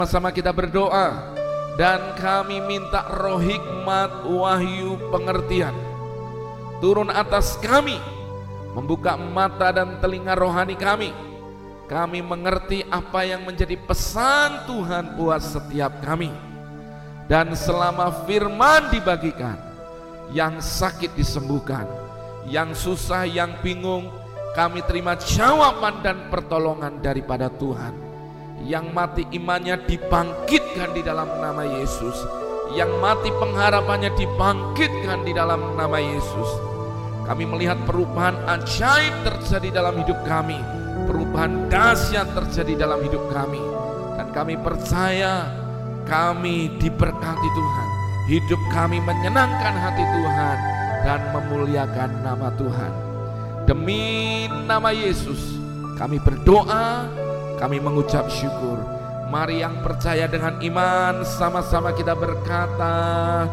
Sama-sama kita berdoa dan kami minta roh hikmat, wahyu, pengertian turun atas kami, membuka mata dan telinga rohani kami. Kami mengerti apa yang menjadi pesan Tuhan buat setiap kami. Dan selama firman dibagikan, yang sakit disembuhkan, yang susah, yang bingung, kami terima jawaban dan pertolongan daripada Tuhan. Yang mati imannya dibangkitkan di dalam nama Yesus. Yang mati pengharapannya dibangkitkan di dalam nama Yesus. Kami melihat perubahan ajaib terjadi dalam hidup kami. Perubahan dahsyat terjadi dalam hidup kami. Dan kami percaya kami diberkati Tuhan. Hidup kami menyenangkan hati Tuhan dan memuliakan nama Tuhan. Demi nama Yesus kami berdoa, kami mengucap syukur. Mari yang percaya dengan iman sama-sama kita berkata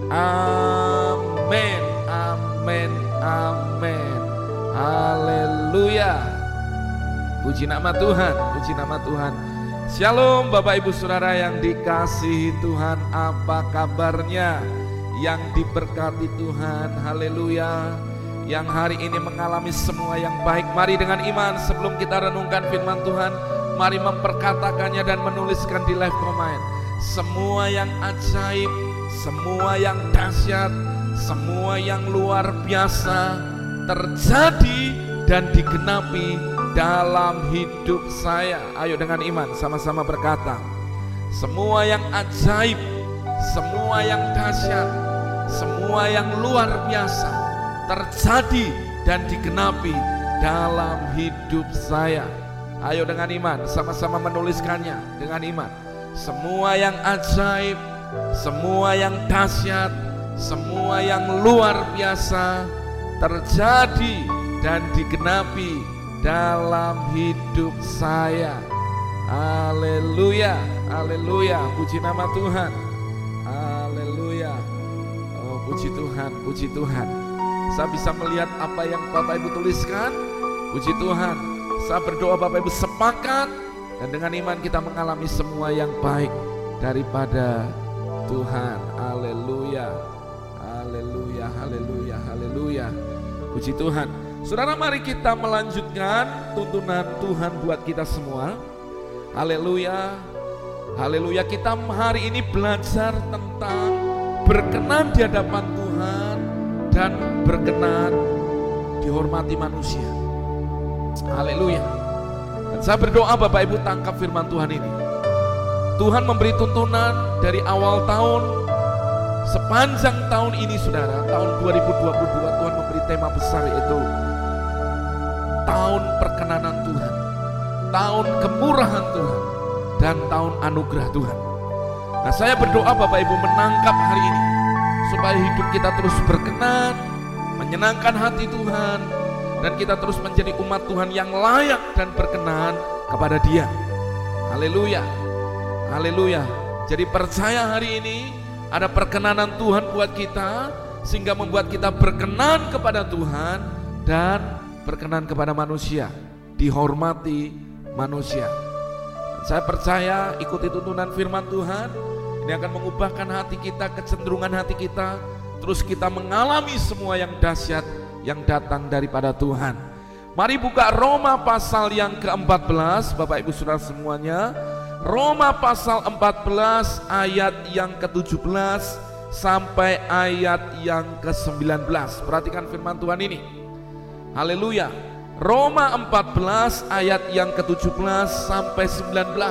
amin, amin, amin. Haleluya. Puji nama Tuhan, puji nama Tuhan. Shalom Bapak Ibu Saudara yang dikasihi Tuhan, apa kabarnya? Yang diberkati Tuhan, haleluya. Yang hari ini mengalami semua yang baik. Mari dengan iman sebelum kita renungkan firman Tuhan, mari memperkatakannya dan menuliskan di live comment. Semua yang ajaib, semua yang dahsyat, semua yang luar biasa terjadi dan digenapi dalam hidup saya. Ayo dengan iman sama-sama berkata, semua yang ajaib, semua yang dahsyat, semua yang luar biasa terjadi dan digenapi dalam hidup saya. Ayo dengan iman sama-sama menuliskannya dengan iman. Semua yang ajaib, semua yang dahsyat, semua yang luar biasa terjadi dan digenapi dalam hidup saya. Haleluya, haleluya, puji nama Tuhan. Haleluya. Oh, puji Tuhan, puji Tuhan. Saya bisa melihat apa yang Bapak Ibu tuliskan. Puji Tuhan. Saya berdoa Bapak Ibu sepakat, dan dengan iman kita mengalami semua yang baik daripada Tuhan. Haleluya, haleluya, haleluya, haleluya. Puji Tuhan. Saudara, mari kita melanjutkan tuntunan Tuhan buat kita semua. Haleluya, haleluya. Kita hari ini belajar tentang berkenan di hadapan Tuhan dan berkenan dihormati manusia. Haleluya. Dan saya berdoa Bapak Ibu tangkap firman Tuhan ini. Tuhan memberi tuntunan dari awal tahun, sepanjang tahun ini saudara, tahun 2022 Tuhan memberi tema besar, yaitu tahun perkenanan Tuhan, tahun kemurahan Tuhan, dan tahun anugerah Tuhan. Nah, saya berdoa Bapak Ibu menangkap hari ini supaya hidup kita terus berkenan, menyenangkan hati Tuhan, dan kita terus menjadi umat Tuhan yang layak dan berkenan kepada Dia. Haleluya, haleluya. Jadi percaya hari ini ada perkenanan Tuhan buat kita, sehingga membuat kita berkenan kepada Tuhan dan berkenan kepada manusia, dihormati manusia. Dan saya percaya ikuti tuntunan firman Tuhan, ini akan mengubahkan hati kita, kecenderungan hati kita, terus kita mengalami semua yang dahsyat yang datang daripada Tuhan. Mari buka Roma pasal yang ke-14, Bapak Ibu Saudara semuanya. Roma pasal 14 ayat yang ke-17 sampai ayat yang ke-19. Perhatikan firman Tuhan ini. Haleluya. Roma 14 ayat yang ke-17 sampai 19.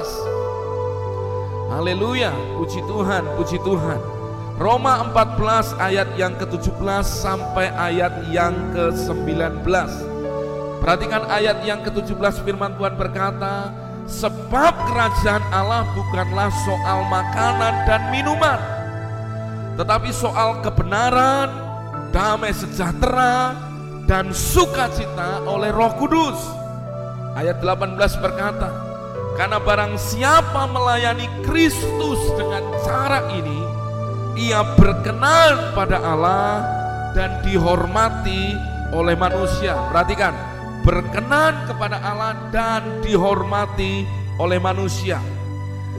Haleluya, puji Tuhan, puji Tuhan. Roma 14 ayat yang ke-17 sampai ayat yang ke-19. Perhatikan ayat yang ke-17, firman Tuhan berkata, sebab kerajaan Allah bukanlah soal makanan dan minuman, tetapi soal kebenaran, damai sejahtera, dan sukacita oleh Roh Kudus. Ayat 18 berkata, karena barang siapa melayani Kristus dengan cara ini, ia berkenan pada Allah dan dihormati oleh manusia. Perhatikan, berkenan kepada Allah dan dihormati oleh manusia.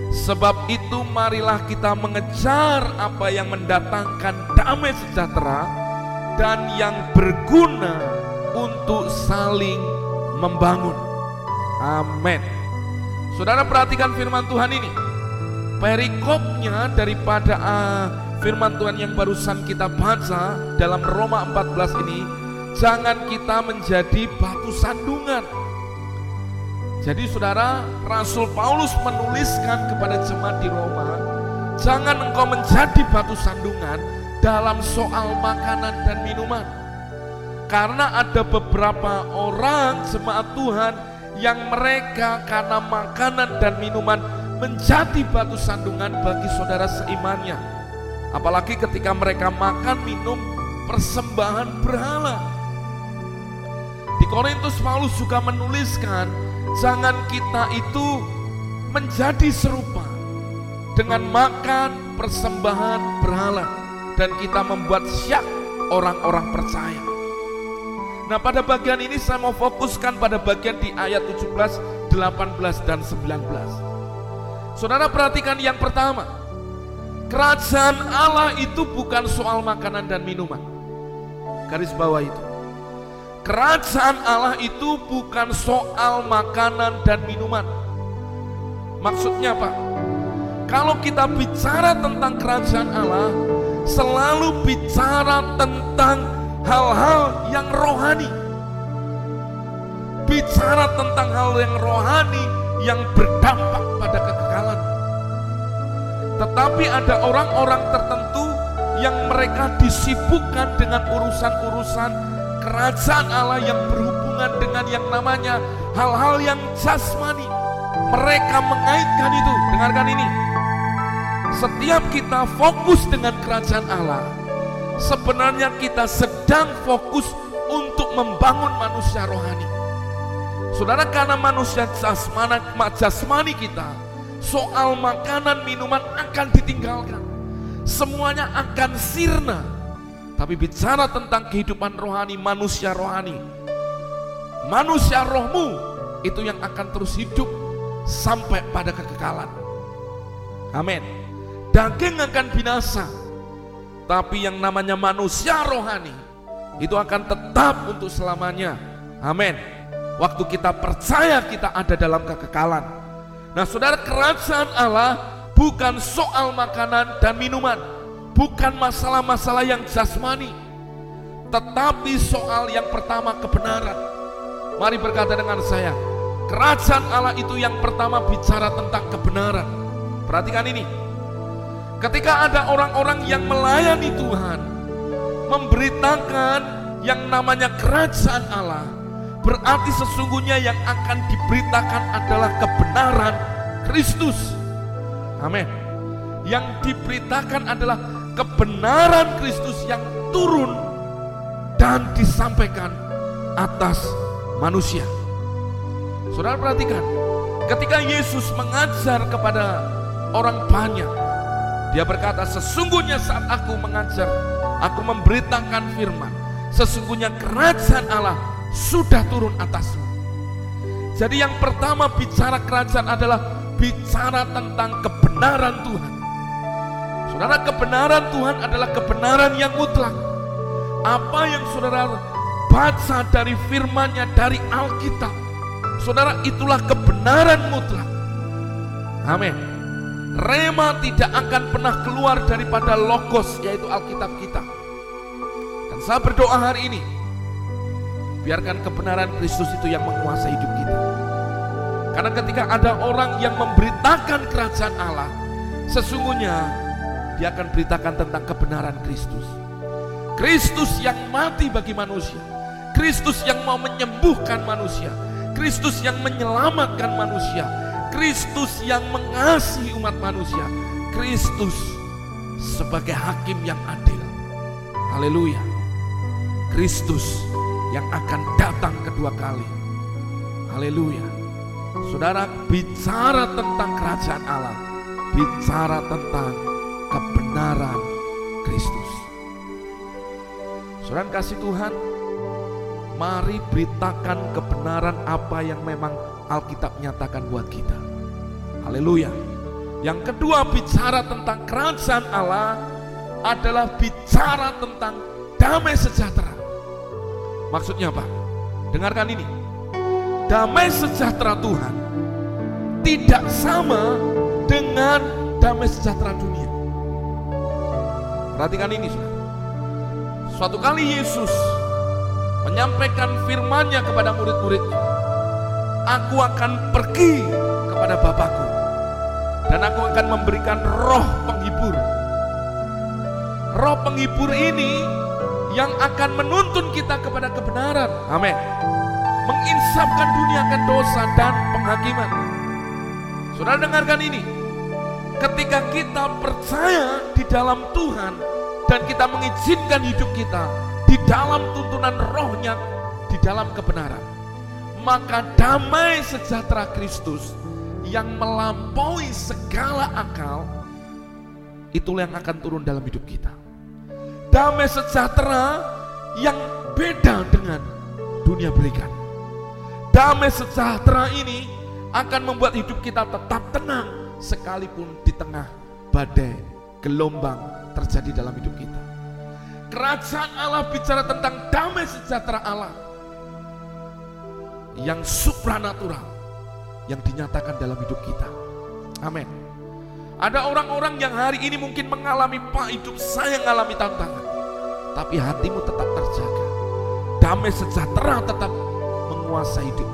Sebab itu marilah kita mengejar apa yang mendatangkan damai sejahtera dan yang berguna untuk saling membangun. Amin. Saudara perhatikan firman Tuhan ini. Perikopnya daripada firman Tuhan yang barusan kita baca dalam Roma 14 ini, jangan kita menjadi batu sandungan. Jadi saudara, Rasul Paulus menuliskan kepada jemaat di Roma, jangan engkau menjadi batu sandungan dalam soal makanan dan minuman. Karena ada beberapa orang jemaat Tuhan yang mereka karena makanan dan minuman menjadi batu sandungan bagi saudara seimannya. Apalagi ketika mereka makan minum persembahan berhala. Di Korintus Paulus juga menuliskan, jangan kita itu menjadi serupa dengan makan persembahan berhala dan kita membuat syak orang-orang percaya. Nah, pada bagian ini saya mau fokuskan pada bagian di ayat 17, 18 dan 19. Saudara perhatikan yang pertama, kerajaan Allah itu bukan soal makanan dan minuman. Garis bawah itu. Kerajaan Allah itu bukan soal makanan dan minuman. Maksudnya apa? Kalau kita bicara tentang kerajaan Allah, selalu bicara tentang hal-hal yang rohani. Bicara tentang hal yang rohani yang berdampak pada kekekalan. Tetapi ada orang-orang tertentu yang mereka disibukkan dengan urusan-urusan kerajaan Allah yang berhubungan dengan yang namanya hal-hal yang jasmani. Mereka mengaitkan itu. Dengarkan ini. Setiap kita fokus dengan kerajaan Allah, sebenarnya kita sedang fokus untuk membangun manusia rohani. Saudara, karena manusia jasmani kita, soal makanan minuman akan ditinggalkan. Semuanya akan sirna. Tapi bicara tentang kehidupan rohani, manusia rohmu itu yang akan terus hidup sampai pada kekekalan. Amin. Daging akan binasa, tapi yang namanya manusia rohani itu akan tetap untuk selamanya. Amin. Waktu kita percaya kita ada dalam kekekalan. Nah saudara, kerajaan Allah bukan soal makanan dan minuman, bukan masalah-masalah yang jasmani, tetapi soal yang pertama, kebenaran. Mari berkata dengan saya, kerajaan Allah itu yang pertama bicara tentang kebenaran. Perhatikan ini. Ketika ada orang-orang yang melayani Tuhan, memberitakan yang namanya kerajaan Allah, berarti sesungguhnya yang akan diberitakan adalah kebenaran Kristus. Amin. Yang diberitakan adalah kebenaran Kristus yang turun dan disampaikan atas manusia. Saudara perhatikan, ketika Yesus mengajar kepada orang banyak, Dia berkata, sesungguhnya saat aku mengajar, aku memberitakan firman, sesungguhnya kerajaan Allah sudah turun atasmu. Jadi yang pertama bicara kerajaan adalah bicara tentang kebenaran Tuhan. Saudara, kebenaran Tuhan adalah kebenaran yang mutlak. Apa yang saudara baca dari firman-Nya, dari Alkitab, saudara, itulah kebenaran mutlak. Amin. Rema tidak akan pernah keluar daripada logos, yaitu Alkitab kita. Dan saya berdoa hari ini, biarkan kebenaran Kristus itu yang menguasai hidup kita. Karena ketika ada orang yang memberitakan kerajaan Allah, sesungguhnya dia akan beritakan tentang kebenaran Kristus. Kristus yang mati bagi manusia, Kristus yang mau menyembuhkan manusia, Kristus yang menyelamatkan manusia, Kristus yang mengasihi umat manusia, Kristus sebagai hakim yang adil. Haleluya. Kristus yang akan datang kedua kali. Haleluya. Saudara, bicara tentang kerajaan Allah, bicara tentang kebenaran Kristus. Saudara kasih Tuhan, mari beritakan kebenaran apa yang memang Alkitab nyatakan buat kita. Haleluya. Yang kedua, bicara tentang kerajaan Allah adalah bicara tentang damai sejahtera. Maksudnya apa? Dengarkan ini. Damai sejahtera Tuhan tidak sama dengan damai sejahtera dunia. Perhatikan ini, saudara. Suatu kali Yesus menyampaikan firman-Nya kepada murid-muridnya. Aku akan pergi kepada Bapakku, dan aku akan memberikan roh penghibur. Roh penghibur ini yang akan menuntun kita kepada kebenaran. Amin. Menginsafkan dunia akan dosa dan penghakiman. Saudara dengarkan ini. Ketika kita percaya di dalam Tuhan dan kita mengizinkan hidup kita di dalam tuntunan rohnya, di dalam kebenaran, maka damai sejahtera Kristus yang melampaui segala akal, itulah yang akan turun dalam hidup kita. Damai sejahtera yang beda dengan dunia berikan. Damai sejahtera ini akan membuat hidup kita tetap tenang sekalipun di tengah badai, gelombang terjadi dalam hidup kita. Kerajaan Allah bicara tentang damai sejahtera Allah yang supranatural, yang dinyatakan dalam hidup kita. Amin. Ada orang-orang yang hari ini mungkin mengalami, Pak, hidup saya mengalami tantangan, tapi hatimu tetap terjaga. Damai sejahtera tetap menguasai hidup.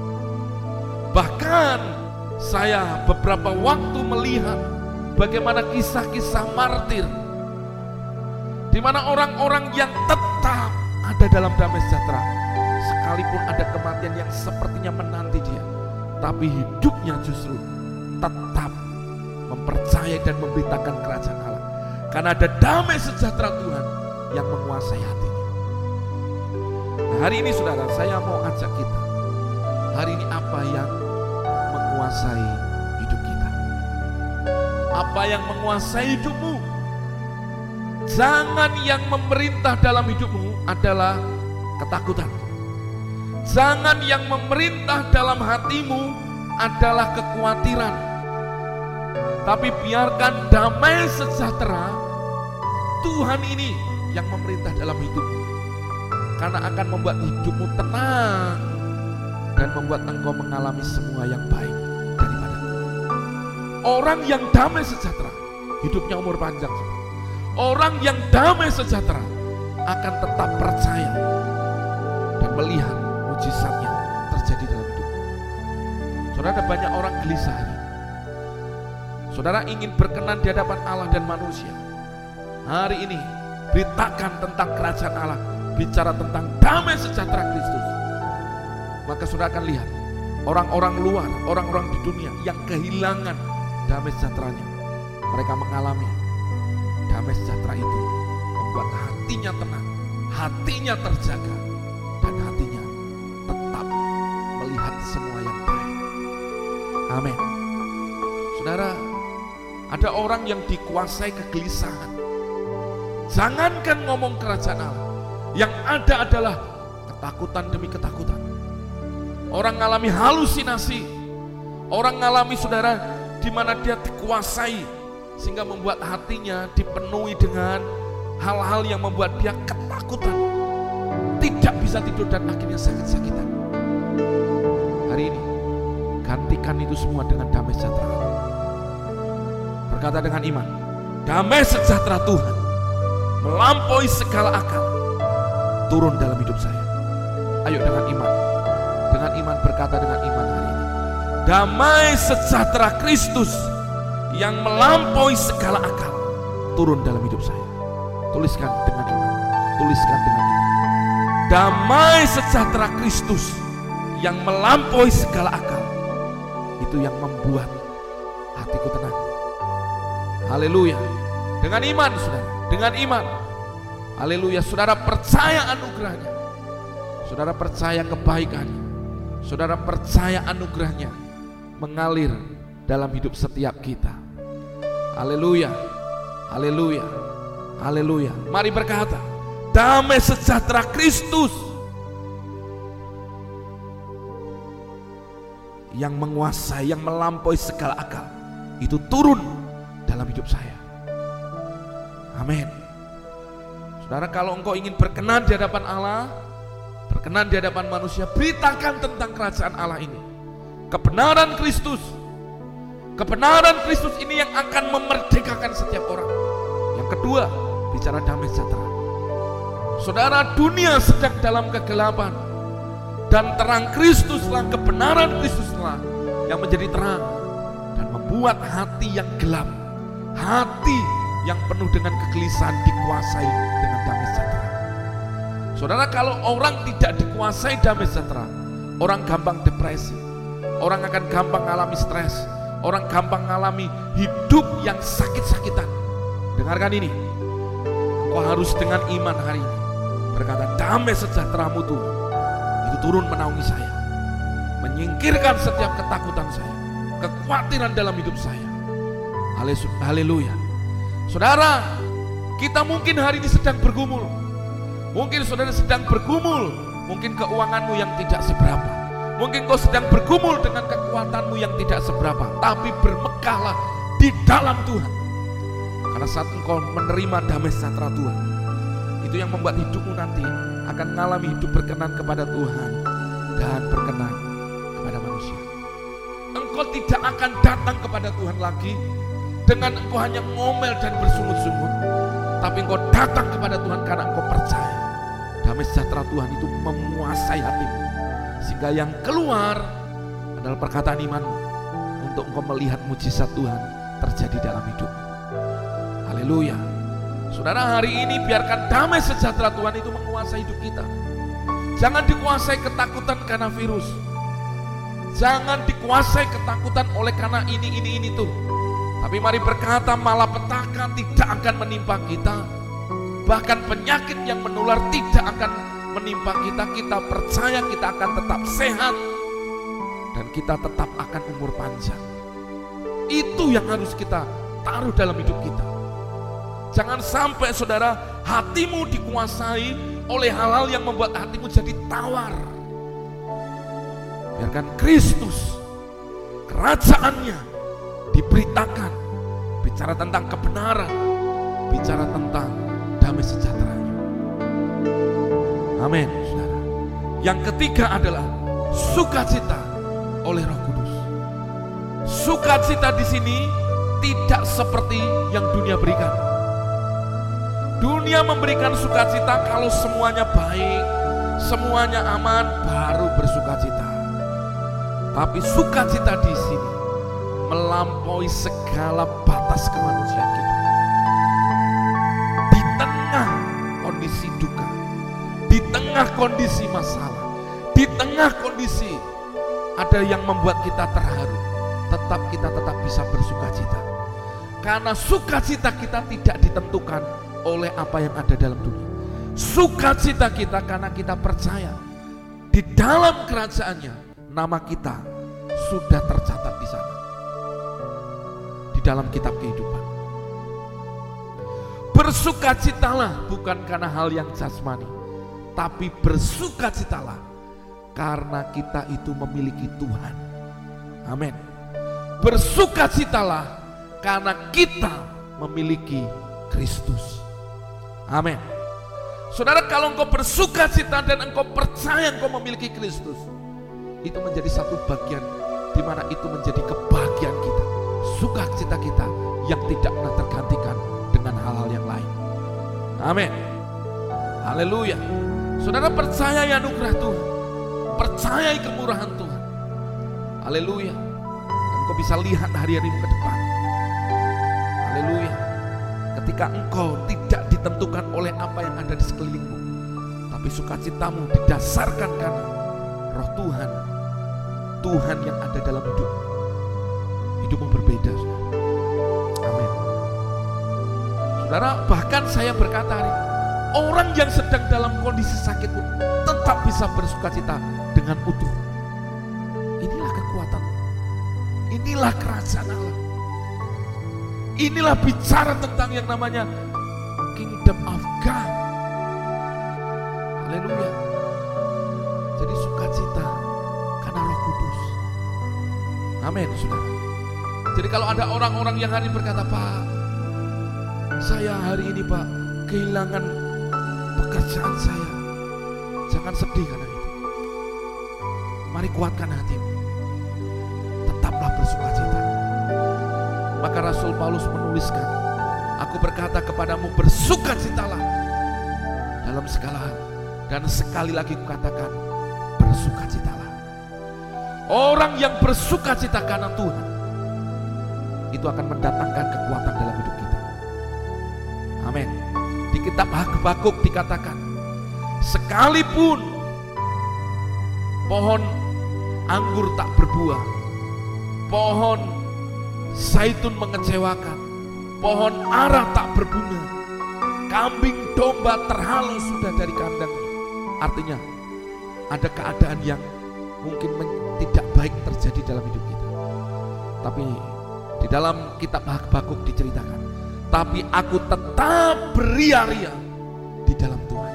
Bahkan saya beberapa waktu melihat bagaimana kisah-kisah martir, di mana orang-orang yang tetap ada dalam damai sejahtera, sekalipun ada kematian yang sepertinya menanti dia, tapi hidupnya justru tetap mempercayai dan memberitakan kerajaan Allah, karena ada damai sejahtera Tuhan yang menguasai hatinya. Nah, hari ini saudara, saya mau ajak kita, hari ini apa yang menguasai hidup kita? Apa yang menguasai hidupmu? Jangan yang memerintah dalam hidupmu adalah ketakutan. Jangan yang memerintah dalam hatimu adalah kekhawatiran. Tapi biarkan damai sejahtera Tuhan ini yang memerintah dalam hidupmu, karena akan membuat hidupmu tenang dan membuat engkau mengalami semua yang baik daripada Tuhan. Orang yang damai sejahtera hidupnya umur panjang. Orang yang damai sejahtera akan tetap percaya dan melihat mujizatnya terjadi dalam hidupnya. Saudara, ada banyak orang gelisah hari. Saudara ingin berkenan di hadapan Allah dan manusia. Hari ini beritakan tentang kerajaan Allah, bicara tentang damai sejahtera Kristus. Maka saudara akan lihat orang-orang luar, orang-orang di dunia yang kehilangan damai sejahteranya, mereka mengalami damai sejahtera itu, membuat hatinya tenang, hatinya terjaga, dan hatinya tetap melihat semua yang baik. Amin. Saudara, ada orang yang dikuasai kegelisahan. Jangankan ngomong kerajaan Allah, yang ada adalah ketakutan demi ketakutan. Orang mengalami halusinasi, orang mengalami, saudara, di mana dia dikuasai sehingga membuat hatinya dipenuhi dengan hal-hal yang membuat dia ketakutan, tidak bisa tidur dan akhirnya sakit-sakitan. Hari ini gantikan itu semua dengan damai sejahtera. Berkata dengan iman, damai sejahtera Tuhan melampaui segala akal turun dalam hidup saya. Ayo dengan iman berkata dengan iman hari ini, damai sejahtera Kristus yang melampaui segala akal turun dalam hidup saya. Tuliskan dengan iman, tuliskan dengan iman. Damai sejahtera Kristus yang melampaui segala akal, itu yang membuat hatiku tenang. Haleluya. Dengan iman, saudara, dengan iman. Haleluya. Saudara percaya anugerahnya, saudara percaya kebaikannya, saudara percaya anugerahnya mengalir dalam hidup setiap kita. Haleluya. Haleluya. Haleluya. Mari berkata, damai sejahtera Kristus yang menguasai, yang melampaui segala akal itu turun dalam hidup saya. Amin. Saudara, kalau engkau ingin berkenan di hadapan Allah, berkenan di hadapan manusia, beritakan tentang kerajaan Allah ini. Kebenaran Kristus. Kebenaran Kristus ini yang akan memerdekakan setiap orang. Yang kedua, bicara damai sejahtera. Saudara, dunia sedang dalam kegelapan, dan terang Kristuslah, kebenaran Kristuslah yang menjadi terang dan membuat hati yang gelap, hati yang penuh dengan kegelisahan dikuasai dengan damai sejahtera. Saudara, kalau orang tidak dikuasai damai sejahtera, orang gampang depresi, orang akan gampang mengalami stres, orang gampang mengalami hidup yang sakit-sakitan. Dengarkan ini, engkau harus dengan iman hari ini berkata, damai sejahtera-Mu Tuhan itu turun menaungi saya, menyingkirkan setiap ketakutan saya, kekhawatiran dalam hidup saya. Haleluya. Saudara, kita mungkin hari ini sedang bergumul. Mungkin saudara sedang bergumul, mungkin keuanganmu yang tidak seberapa. Mungkin kau sedang bergumul dengan kekuatanmu yang tidak seberapa. Tapi bermegahlah di dalam Tuhan. Karena saat engkau menerima damai sejahtera Tuhan, itu yang membuat hidupmu nanti akan mengalami hidup berkenan kepada Tuhan dan berkenan kepada manusia. Engkau tidak akan datang kepada Tuhan lagi dengan engkau hanya ngomel dan bersungut-sungut, tapi engkau datang kepada Tuhan karena engkau percaya damai sejahtera Tuhan itu menguasai hatimu, sehingga yang keluar adalah perkataan imanmu untuk engkau melihat mujizat Tuhan terjadi dalam hidupmu. Haleluya. Saudara, hari ini biarkan damai sejahtera Tuhan itu menguasai hidup kita. Jangan dikuasai ketakutan karena virus. Jangan dikuasai ketakutan oleh karena ini tuh. Tapi mari berkata, malapetaka tidak akan menimpa kita. Bahkan penyakit yang menular tidak akan menimpa kita. Kita percaya kita akan tetap sehat dan kita tetap akan umur panjang. Itu yang harus kita taruh dalam hidup kita. Jangan sampai saudara hatimu dikuasai oleh hal-hal yang membuat hatimu jadi tawar. Biarkan Kristus, kerajaannya diberitakan, bicara tentang kebenaran, bicara tentang damai sejahteranya. Amin, saudara. Yang ketiga adalah sukacita oleh Roh Kudus. Sukacita di sini tidak seperti yang dunia berikan. Dunia memberikan sukacita kalau semuanya baik, semuanya aman, baru bersukacita. Tapi sukacita di sini melampaui segala batas kemanusiaan kita. Di tengah kondisi duka, di tengah kondisi masalah, di tengah kondisi ada yang membuat kita terharu, kita tetap bisa bersukacita. Karena sukacita kita tidak ditentukan oleh apa yang ada dalam dunia. Sukacita kita karena kita percaya di dalam kerajaannya nama kita sudah tercatat di sana, di dalam kitab kehidupan. Bersukacitalah bukan karena hal yang jasmani, tapi bersukacitalah karena kita itu memiliki Tuhan. Amin. Bersukacitalah karena kita memiliki Kristus. Amin. Saudara, kalau engkau bersukacita dan engkau percaya engkau memiliki Kristus, itu menjadi satu bagian di mana itu menjadi kebahagiaan kita, sukacita kita yang tidak pernah tergantikan dengan hal-hal yang lain. Amin. Haleluya. Saudara, percayai anugerah Tuhan, percayai kemurahan Tuhan. Haleluya. Dan engkau bisa lihat hari-harimu ke depan. Haleluya. Ketika engkau tidak ditentukan oleh apa yang ada di sekelilingmu, tapi sukacitamu didasarkan karena Roh Tuhan, Tuhan yang ada dalam hidupmu. Hidupmu berbeda, saudara. Amin. Saudara, bahkan saya berkata hari ini, orang yang sedang dalam kondisi sakit pun tetap bisa bersukacita dengan utuh. Inilah kekuatan, inilah kerajaan Allah. Inilah bicara tentang yang namanya Kingdom of God. Haleluya. Jadi sukacita karena Roh Kudus. Amin, saudara. Jadi kalau ada orang-orang yang hari ini berkata, Pak, saya hari ini Pak kehilangan pekerjaan saya, jangan sedih karena itu. Mari kuatkan hatimu, tetaplah bersukacita. Maka Rasul Paulus menuliskan, aku berkata kepadamu, bersukacitalah dalam segala hal. Dan sekali lagi kukatakan, bersukacitalah. Orang yang bersukacita karena Tuhan, itu akan mendatangkan kekuatan dalam hidup kita. Amin. Di kitab Habakuk dikatakan, sekalipun pohon anggur tak berbuah, pohon zaitun mengecewakan, pohon ara tak berbunga, kambing domba terhalau sudah dari kandangnya. Artinya ada keadaan yang mungkin tidak baik terjadi dalam hidup kita. Tapi di dalam kitab Habakuk diceritakan, tapi aku tetap beria-ria di dalam Tuhan.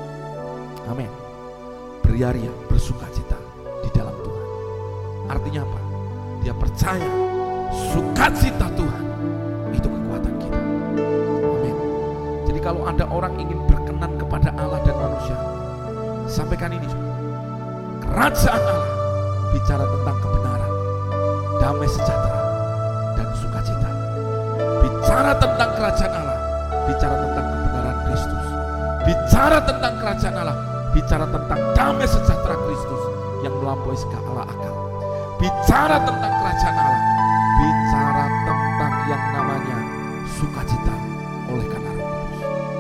Amin. Beria-ria, bersukacita di dalam Tuhan. Artinya apa? Dia percaya sukacita Tuhan itu kekuatan kita. Amin. Jadi kalau ada orang ingin berkenan kepada Allah dan manusia, sampaikan ini, kerajaan Allah bicara tentang kebenaran, damai sejahtera, dan sukacita. Bicara tentang kerajaan Allah, bicara tentang kebenaran Kristus. Bicara tentang kerajaan Allah, bicara tentang damai sejahtera Kristus yang melampaui segala akal. Bicara tentang kerajaan Allah, bicara tentang yang namanya sukacita oleh karena Roh Kudus.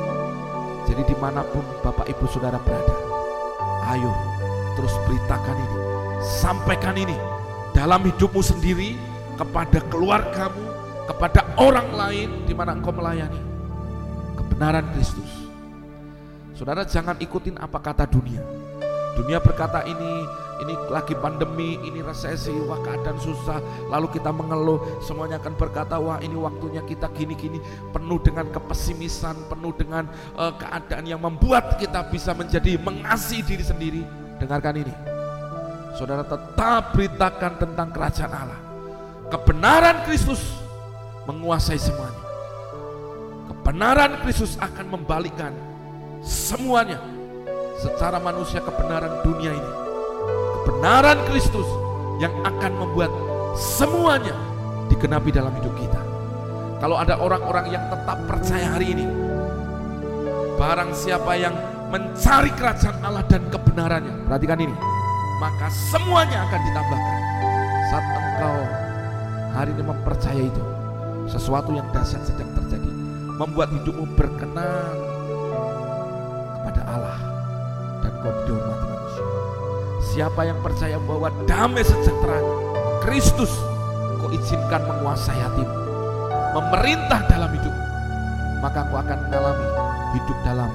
Jadi dimanapun Bapak Ibu Saudara berada, ayo terus beritakan ini, sampaikan ini dalam hidupmu sendiri, kepada keluargamu, kepada orang lain di mana engkau melayani kebenaran Kristus. Saudara, jangan ikutin apa kata dunia. Dunia berkata ini lagi pandemi, ini resesi, wah keadaan susah, lalu kita mengeluh. Semuanya akan berkata, wah ini waktunya kita gini-gini, penuh dengan kepesimisan, penuh dengan keadaan yang membuat kita bisa menjadi mengasihi diri sendiri. Dengarkan ini, saudara, tetap beritakan tentang kerajaan Allah. Kebenaran Kristus menguasai semuanya. Kebenaran Kristus akan membalikkan semuanya. Secara manusia kebenaran dunia ini, kebenaran Kristus yang akan membuat semuanya digenapi dalam hidup kita. Kalau ada orang-orang yang tetap percaya hari ini, barang siapa yang mencari kerajaan Allah dan kebenarannya, perhatikan ini, maka semuanya akan ditambahkan. Saat engkau hari ini mempercayai itu, sesuatu yang dahsyat sedang terjadi, membuat hidupmu berkenan kepada Allah dan kau dihormati manusia. Siapa yang percaya bahwa damai sejahtera Kristus kau izinkan menguasai hatimu, memerintah dalam hidupmu, maka kau akan mengalami hidup dalam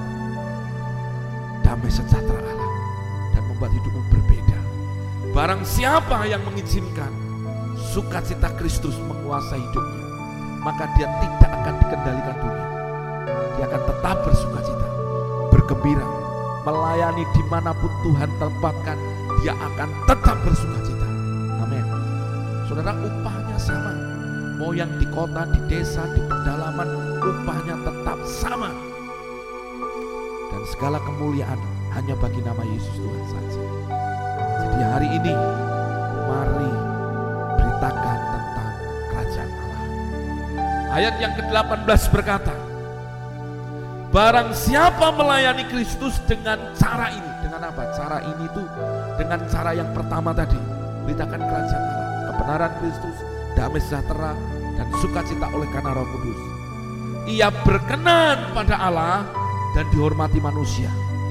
damai sejahtera Allah dan membuat hidupmu berbeda. Barang siapa yang mengizinkan sukacita Kristus menguasai hidupnya, maka dia tidak akan dikendalikan dunia. Dia akan tetap bersukacita, bergembira, melayani dimanapun Tuhan tempatkan. Dia akan tetap bersukacita. Amin. Saudara, upahnya sama. Mau yang di kota, di desa, di pedalaman, upahnya tetap sama. Dan segala kemuliaan hanya bagi nama Yesus Tuhan saja. Jadi hari ini mari beritakan tentang kerajaan Allah. Ayat yang ke-18 berkata, barang siapa melayani Kristus dengan cara ini. Dengan apa? Cara ini itu dengan cara yang pertama tadi, beritakan kerajaan Allah, kebenaran Kristus, damai sejahtera, dan sukacita oleh karena Roh Kudus. Ia berkenan pada Allah dan dihormati manusia.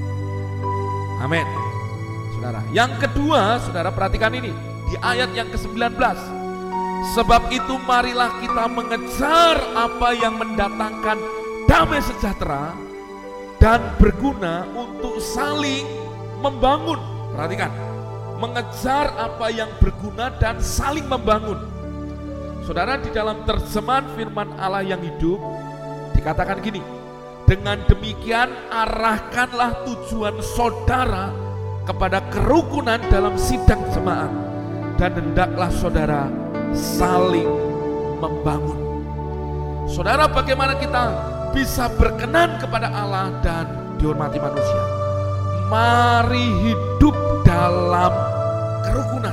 Amin. Saudara, yang kedua, saudara perhatikan ini di ayat yang ke-19. Sebab itu marilah kita mengejar apa yang mendatangkan damai sejahtera dan berguna untuk saling membangun. Perhatikan, mengejar apa yang berguna dan saling membangun. Saudara, di dalam terjemahan firman Allah yang hidup dikatakan gini, dengan demikian arahkanlah tujuan saudara kepada kerukunan dalam sidang jemaat, dan hendaklah saudara saling membangun. Saudara, bagaimana kita bisa berkenan kepada Allah dan dihormati manusia? Mari hidup dalam kerukunan.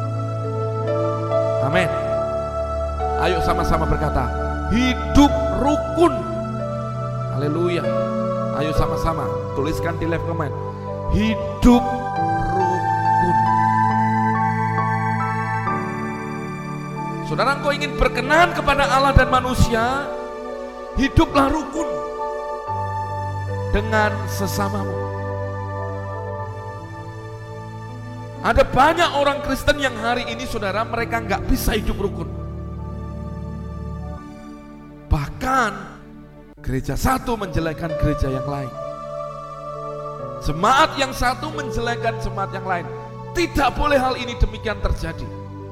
Amin. Ayo sama-sama berkata, hidup rukun. Haleluya. Ayo sama-sama tuliskan di live comment, hidup rukun. Saudara, engkau ingin berkenan kepada Allah dan manusia, hiduplah rukun dengan sesamamu. Ada banyak orang Kristen yang hari ini, saudara, mereka nggak bisa hidup rukun. Bahkan gereja satu menjelekkan gereja yang lain, jemaat yang satu menjelekkan jemaat yang lain. Tidak boleh hal ini demikian terjadi.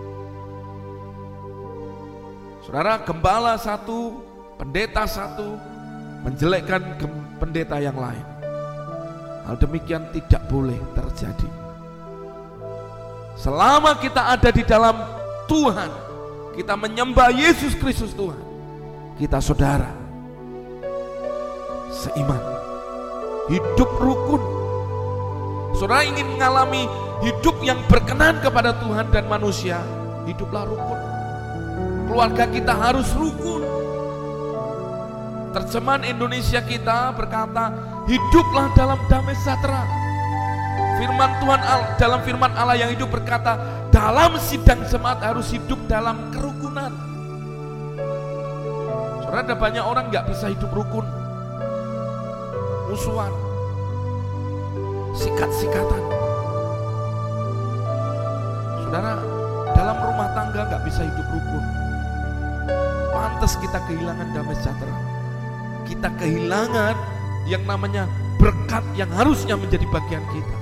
Saudara, gembala satu, pendeta satu menjelekkan pendeta yang lain. Hal demikian tidak boleh terjadi. Selama kita ada di dalam Tuhan, kita menyembah Yesus Kristus Tuhan, kita saudara seiman, hidup rukun. Saudara ingin mengalami hidup yang berkenan kepada Tuhan dan manusia, hiduplah rukun. Keluarga kita harus rukun. Terjemahan Indonesia kita berkata, hiduplah dalam damai sejahtera. Firman Tuhan dalam firman Allah yang hidup berkata, dalam sidang jemaat harus hidup dalam kerukunan. Saudara, ada banyak orang gak bisa hidup rukun, musuhan, sikat-sikatan. Saudara, dalam rumah tangga gak bisa hidup rukun. Pantas kita kehilangan damai sejahtera. Kita kehilangan yang namanya berkat yang harusnya menjadi bagian kita.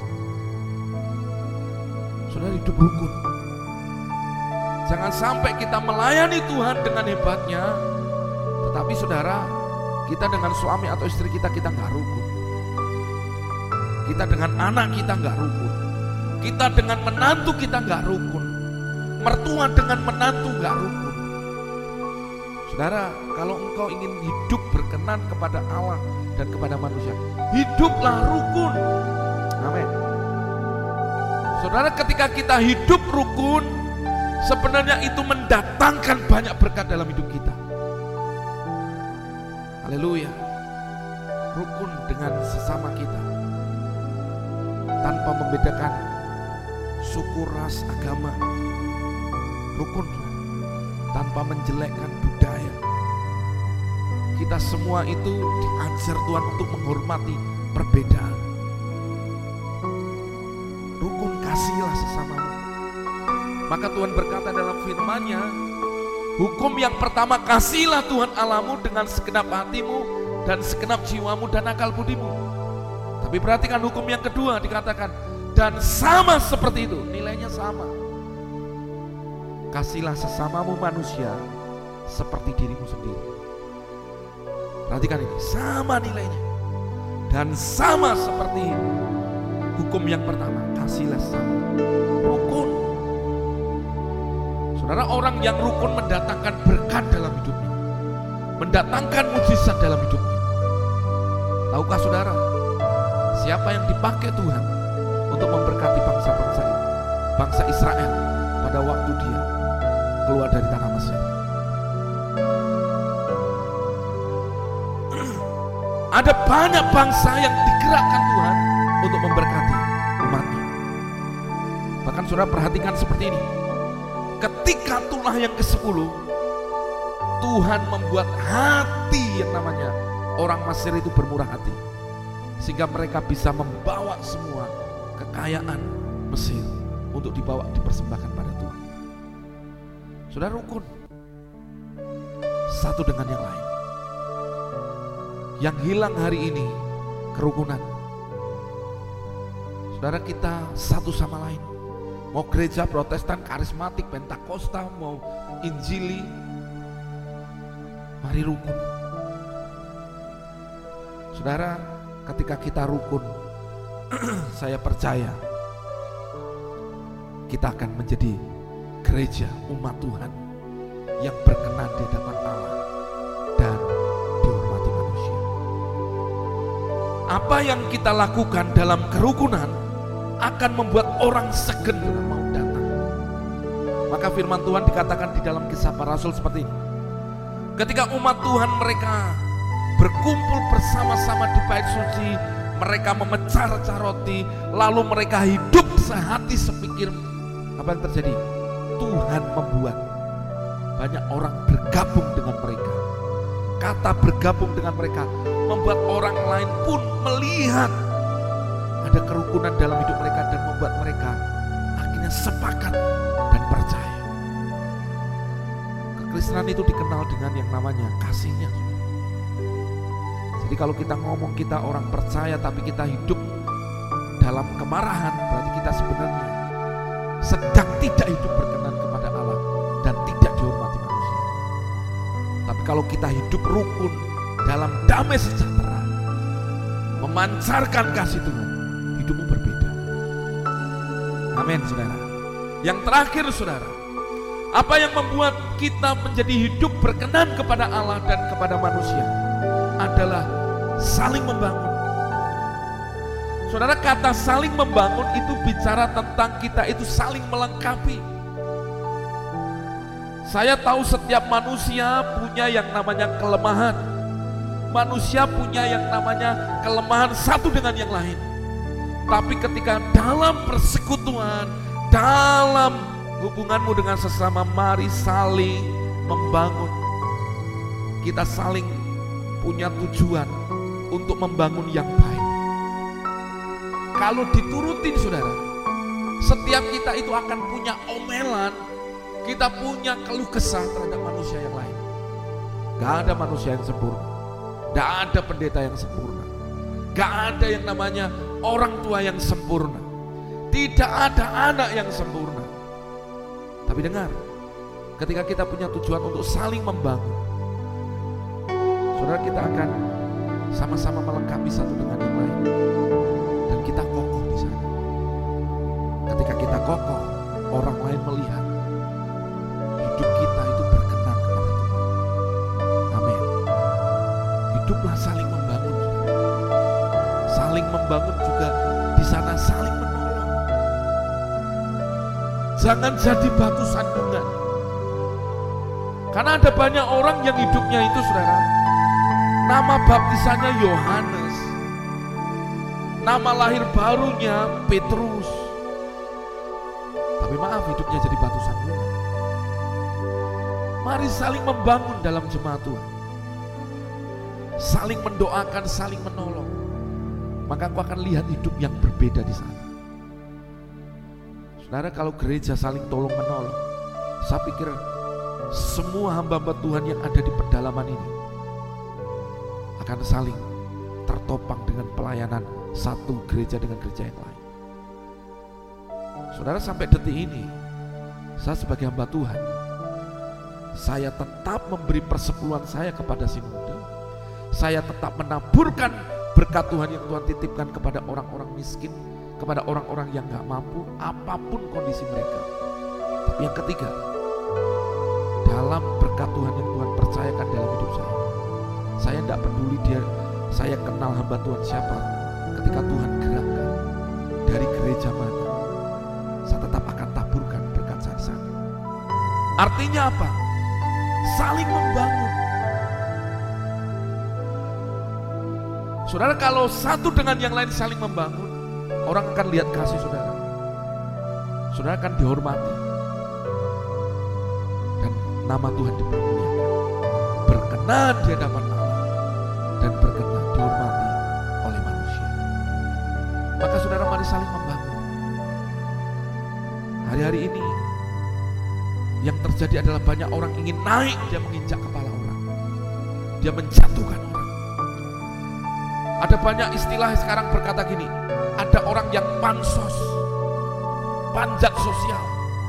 Saudara, hidup rukun. Jangan sampai kita melayani Tuhan dengan hebatnya, tetapi saudara, kita dengan suami atau istri kita gak rukun. Kita dengan anak kita gak rukun. Kita dengan menantu kita gak rukun. Mertua dengan menantu gak rukun. Saudara, kalau engkau ingin hidup berkenan kepada Allah dan kepada manusia, hiduplah rukun. Amin. Saudara, ketika kita hidup rukun, sebenarnya itu mendatangkan banyak berkat dalam hidup kita. Haleluya. Rukun dengan sesama kita, tanpa membedakan suku, ras, agama. Rukun tanpa menjelekkan budaya. Kita semua itu diajar Tuhan untuk menghormati perbedaan. Rukun, kasihilah sesamamu. Maka Tuhan berkata dalam firman-Nya, hukum yang pertama, kasihilah Tuhan Allahmu dengan segenap hatimu dan segenap jiwamu dan akal budimu. Tapi perhatikan hukum yang kedua, dikatakan, dan sama seperti itu, nilainya sama. Kasihilah sesamamu manusia seperti dirimu sendiri. Perhatikan ini, sama nilainya. Dan sama seperti hukum yang pertama, kasihilah sesama. Rukun. Saudara, orang yang rukun mendatangkan berkat dalam hidupnya, mendatangkan mujizat dalam hidupnya. Tahukah saudara, siapa yang dipakai Tuhan untuk memberkati bangsa-bangsa ini? Bangsa Israel pada waktu dia keluar dari tanah Mesir. Ada banyak bangsa yang digerakkan Tuhan untuk memberkati umatnya. Bahkan saudara perhatikan seperti ini. Ketika tulah yang ke-10, Tuhan membuat hati yang namanya orang Mesir itu bermurah hati, sehingga mereka bisa membawa semua kekayaan Mesir untuk dibawa, dipersembahkan pada Tuhan. Saudara, rukun satu dengan yang lain. Yang hilang hari ini kerukunan. Saudara, kita satu sama lain. Mau gereja Protestan, karismatik, Pentakosta, mau Injili, mari rukun. Saudara, ketika kita rukun, saya percaya kita akan menjadi gereja umat Tuhan yang berkenan di hadapan Allah dan dihormati manusia. Apa yang kita lakukan dalam kerukunan akan membuat orang segan dengan mau datang. Maka firman Tuhan dikatakan di dalam Kisah Para Rasul seperti ini. Ketika umat Tuhan mereka berkumpul bersama-sama di bait suci, mereka memecah-mecah roti, lalu mereka hidup sehati sepikir. Apa yang terjadi? Tuhan membuat banyak orang bergabung dengan mereka. Kata bergabung dengan mereka membuat orang lain pun melihat ada kerukunan dalam hidup mereka dan membuat mereka akhirnya sepakat dan percaya. Kekristenan itu dikenal dengan yang namanya kasihnya. Jadi kalau kita ngomong kita orang percaya tapi kita hidup dalam kemarahan, berarti kita sebenarnya sedang tidak hidup berkenan kepada Allah dan tidak dihormati manusia. Tapi kalau kita hidup rukun dalam damai sejahtera, memancarkan kasih Tuhan, hidupmu berbeda. Amin, saudara. Yang terakhir, saudara, apa yang membuat kita menjadi hidup berkenan kepada Allah dan kepada manusia adalah saling membangun. Saudara, kata saling membangun itu bicara tentang kita itu saling melengkapi. Saya tahu setiap manusia punya yang namanya kelemahan. Manusia punya yang namanya kelemahan satu dengan yang lain. Tapi ketika dalam persekutuan, dalam hubunganmu dengan sesama, mari saling membangun. Kita saling punya tujuan untuk membangun yang baik. Kalau diturutin, saudara, setiap kita itu akan punya omelan, kita punya keluh kesah terhadap manusia yang lain. Gak ada manusia yang sempurna, gak ada pendeta yang sempurna, gak ada yang namanya orang tua yang sempurna, tidak ada anak yang sempurna. Tapi dengar, ketika kita punya tujuan untuk saling membangun, saudara, kita akan sama-sama melengkapi satu dengan yang lain. Dan kita kokoh di sana. Ketika kita kokoh, orang lain melihat hidup kita itu berkenan kepada Tuhan. Amin. Hiduplah saling membangun. Saling membangun juga di sana saling menolong. Jangan jadi batu sandungan. Karena ada banyak orang yang hidupnya itu, saudara, nama baptisannya Yohanes, nama lahir barunya Petrus, tapi maaf, hidupnya jadi batu sandungan. Mari saling membangun dalam jemaat Tuhan, saling mendoakan, saling menolong, maka engkau akan lihat hidup yang berbeda di sana. Saudara, kalau gereja saling tolong menolong, saya pikir semua hamba-hamba Tuhan yang ada di pedalaman ini akan saling tertopang dengan pelayanan satu gereja dengan gereja yang lain. Saudara, sampai detik ini saya sebagai hamba Tuhan, saya tetap memberi persepuluhan saya kepada sinode. Saya tetap menaburkan berkat Tuhan yang Tuhan titipkan kepada orang-orang miskin, kepada orang-orang yang gak mampu apapun kondisi mereka. Tapi yang ketiga, dalam berkat Tuhan yang Tuhan percayakan dalam hidup saya tidak peduli saya kenal hamba Tuhan siapa. Ketika Tuhan gerakkan dari gereja mana, saya tetap akan taburkan berkat saya di sana. Artinya apa? Saling membangun. Saudara, kalau satu dengan yang lain saling membangun, orang akan lihat kasih saudara. Saudara akan dihormati. Dan nama Tuhan dipermuliakan. Berkenan di hadapan Allah dan berkenan dihormati oleh manusia. Maka saudara, mari saling membangun. Hari-hari ini yang terjadi adalah banyak orang ingin naik, dia menginjak kepala orang, dia menjatuhkan orang. Ada banyak istilah sekarang berkata gini, ada orang yang pansos, panjat sosial,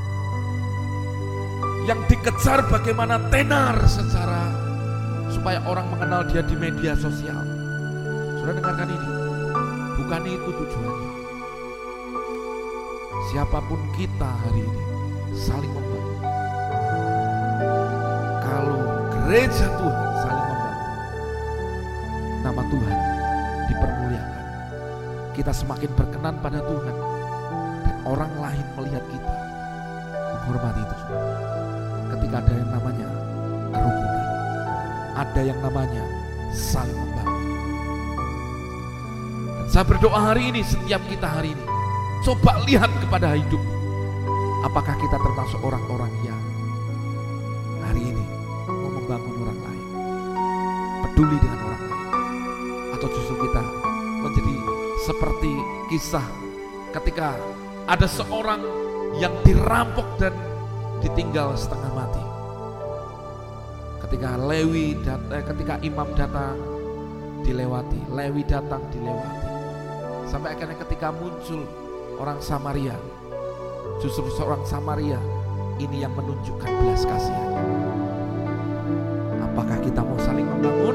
yang dikejar bagaimana tenar secara supaya orang mengenal dia di media sosial. Saudara, dengarkan ini, bukan itu tujuannya. Siapapun kita hari ini, saling membangun. kalau gereja Tuhan saling membangun, nama Tuhan dipermuliakan. Kita semakin berkenan pada Tuhan dan orang lain melihat kita menghormati itu. Ketika ada yang namanya kerukunan, ada yang namanya saling membangun. Dan saya berdoa hari ini, setiap kita hari ini, coba lihat kepada hidup. Apakah kita termasuk orang-orang yang hari ini mau membangun orang lain, peduli dengan orang lain, atau justru kita menjadi seperti kisah ketika ada seorang yang dirampok dan ditinggal setengah mati. Ketika ketika imam datang dilewati, Lewi datang dilewati, sampai akhirnya ketika muncul orang Samaria, justru seorang Samaria ini yang menunjukkan belas kasihan. Apakah kita mau saling membangun?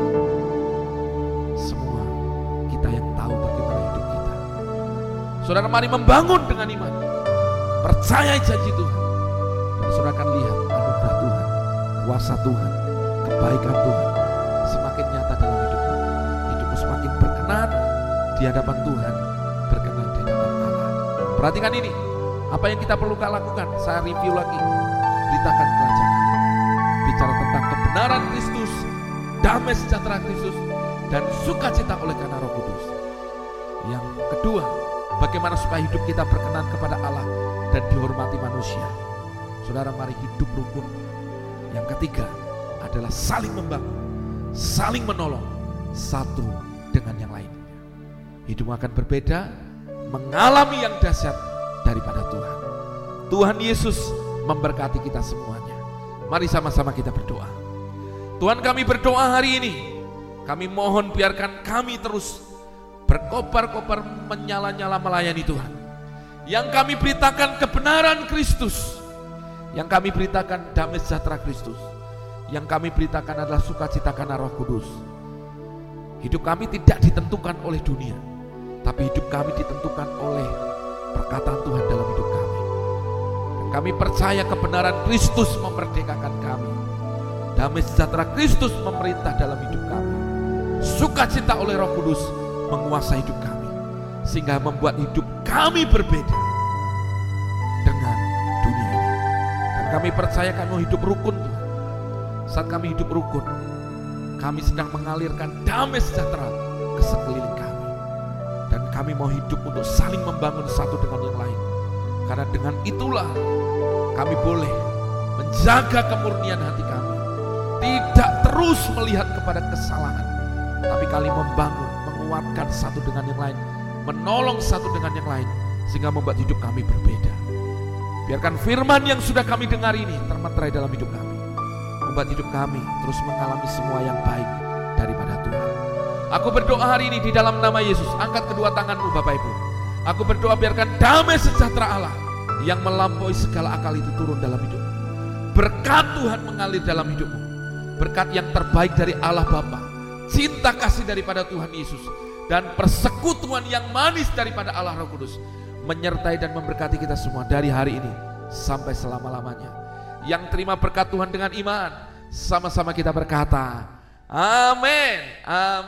Semua kita yang tahu bagaimana hidup kita. Saudara, mari membangun dengan iman, percaya janji Tuhan, dan saudara akan lihat anugerah Tuhan, kuasa Tuhan, kebaikan Tuhan semakin nyata dalam hidupmu. Hidupmu semakin berkenan di hadapan Tuhan, berkenan di hadapan Allah. Perhatikan ini, apa yang kita perlu lakukan. Saya review lagi, beritakan kerajaan, bicara tentang kebenaran Kristus, damai sejahtera Kristus, dan sukacita oleh karena Roh Kudus. Yang kedua, bagaimana supaya hidup kita berkenan kepada Allah dan dihormati manusia. Saudara, mari hidup rukun. Yang ketiga adalah saling membangun, saling menolong satu dengan yang lainnya. Hidupmu akan berbeda, mengalami yang dahsyat daripada Tuhan. Tuhan Yesus memberkati kita semuanya. Mari sama-sama kita berdoa. Tuhan, kami berdoa hari ini, kami mohon biarkan kami terus berkobar-kobar menyala-nyala melayani Tuhan. Yang kami beritakan kebenaran Kristus, yang kami beritakan damai sejahtera Kristus, yang kami beritakan adalah sukacita karena Roh Kudus. Hidup kami tidak ditentukan oleh dunia, tapi hidup kami ditentukan oleh perkataan Tuhan dalam hidup kami. Dan kami percaya kebenaran Kristus memerdekakan kami. Damai sejahtera Kristus memerintah dalam hidup kami. Sukacita oleh Roh Kudus menguasai hidup kami, sehingga membuat hidup kami berbeda dengan dunia ini. Dan kami percaya kami mau hidup rukun Tuhan. Saat kami hidup rukun, kami sedang mengalirkan damai sejahtera ke sekeliling kami. Dan kami mau hidup untuk saling membangun satu dengan yang lain. Karena dengan itulah kami boleh menjaga kemurnian hati kami. Tidak terus melihat kepada kesalahan, tapi kali membangun, menguatkan satu dengan yang lain, menolong satu dengan yang lain, sehingga membuat hidup kami berbeda. Biarkan firman yang sudah kami dengar ini termeterai dalam hidup kami, membuat hidup kami terus mengalami semua yang baik daripada Tuhan. Aku berdoa hari ini di dalam nama Yesus. Angkat kedua tanganmu Bapak Ibu. Aku berdoa biarkan damai sejahtera Allah yang melampaui segala akal itu turun dalam hidupmu. Berkat Tuhan mengalir dalam hidupmu. Berkat yang terbaik dari Allah Bapa, cinta kasih daripada Tuhan Yesus, dan persekutuan yang manis daripada Allah Roh Kudus menyertai dan memberkati kita semua dari hari ini sampai selama-lamanya. Yang terima berkat Tuhan dengan iman, sama-sama kita berkata, amin. Amin.